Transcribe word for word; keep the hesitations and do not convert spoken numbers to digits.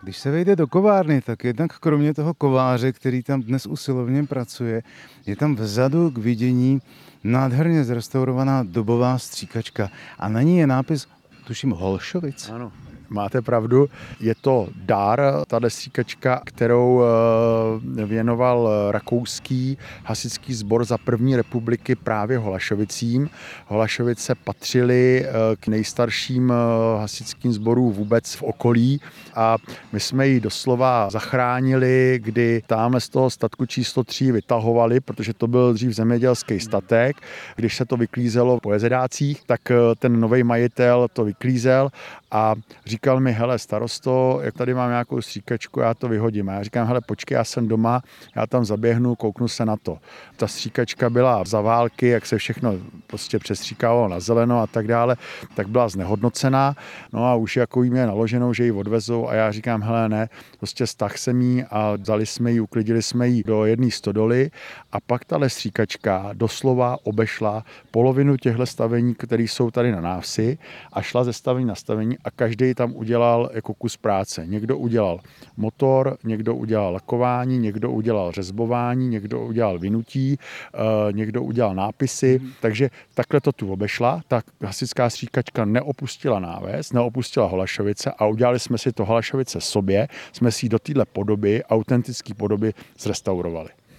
Když se vejde do kovárny, tak jednak kromě toho kováře, který tam dnes usilovně pracuje, je tam vzadu k vidění nádherně zrestaurovaná dobová stříkačka a na ní je nápis, tuším, Holšovic. Ano, máte pravdu. Je to dar, ta stříkačka, kterou věnoval rakouský hasičský sbor za první republiky právě Holašovicím. Holašovice patřily k nejstarším hasičským sborům vůbec v okolí a my jsme ji doslova zachránili, kdy tamhle z toho statku číslo tři vytahovali, protože to byl dřív zemědělský statek. Když se to vyklízelo po jezedácích, tak ten nový majitel to vyklízel a říkal mi, hele starosto, jak tady mám nějakou stříkačku, já to vyhodím. A já říkám, hele počkej, já jsem doma, já tam zaběhnu, kouknu se na to. Ta stříkačka byla za války, jak se všechno prostě přestříkávalo na zeleno a tak dále, tak byla znehodnocená. No a už jako jí mě naloženou, že ji odvezou a já říkám, hele ne, prostě stah jsem jí a vzali jsme ji, uklidili jsme ji do jedné stodoly a pak tahle stříkačka doslova obešla polovinu těchto stavení, které jsou tady na návsi a šla ze stavení na stavení a každý tam udělal jako kus práce. Někdo udělal motor, někdo udělal lakování, někdo udělal řezbování, někdo udělal vynutí, někdo udělal nápisy, mm. takže takhle to tu obešla. Ta hasičská stříkačka neopustila náves, neopustila Holašovice a udělali jsme si to Holašovice sobě, jsme si ji do téhle podoby, autentické podoby zrestaurovali.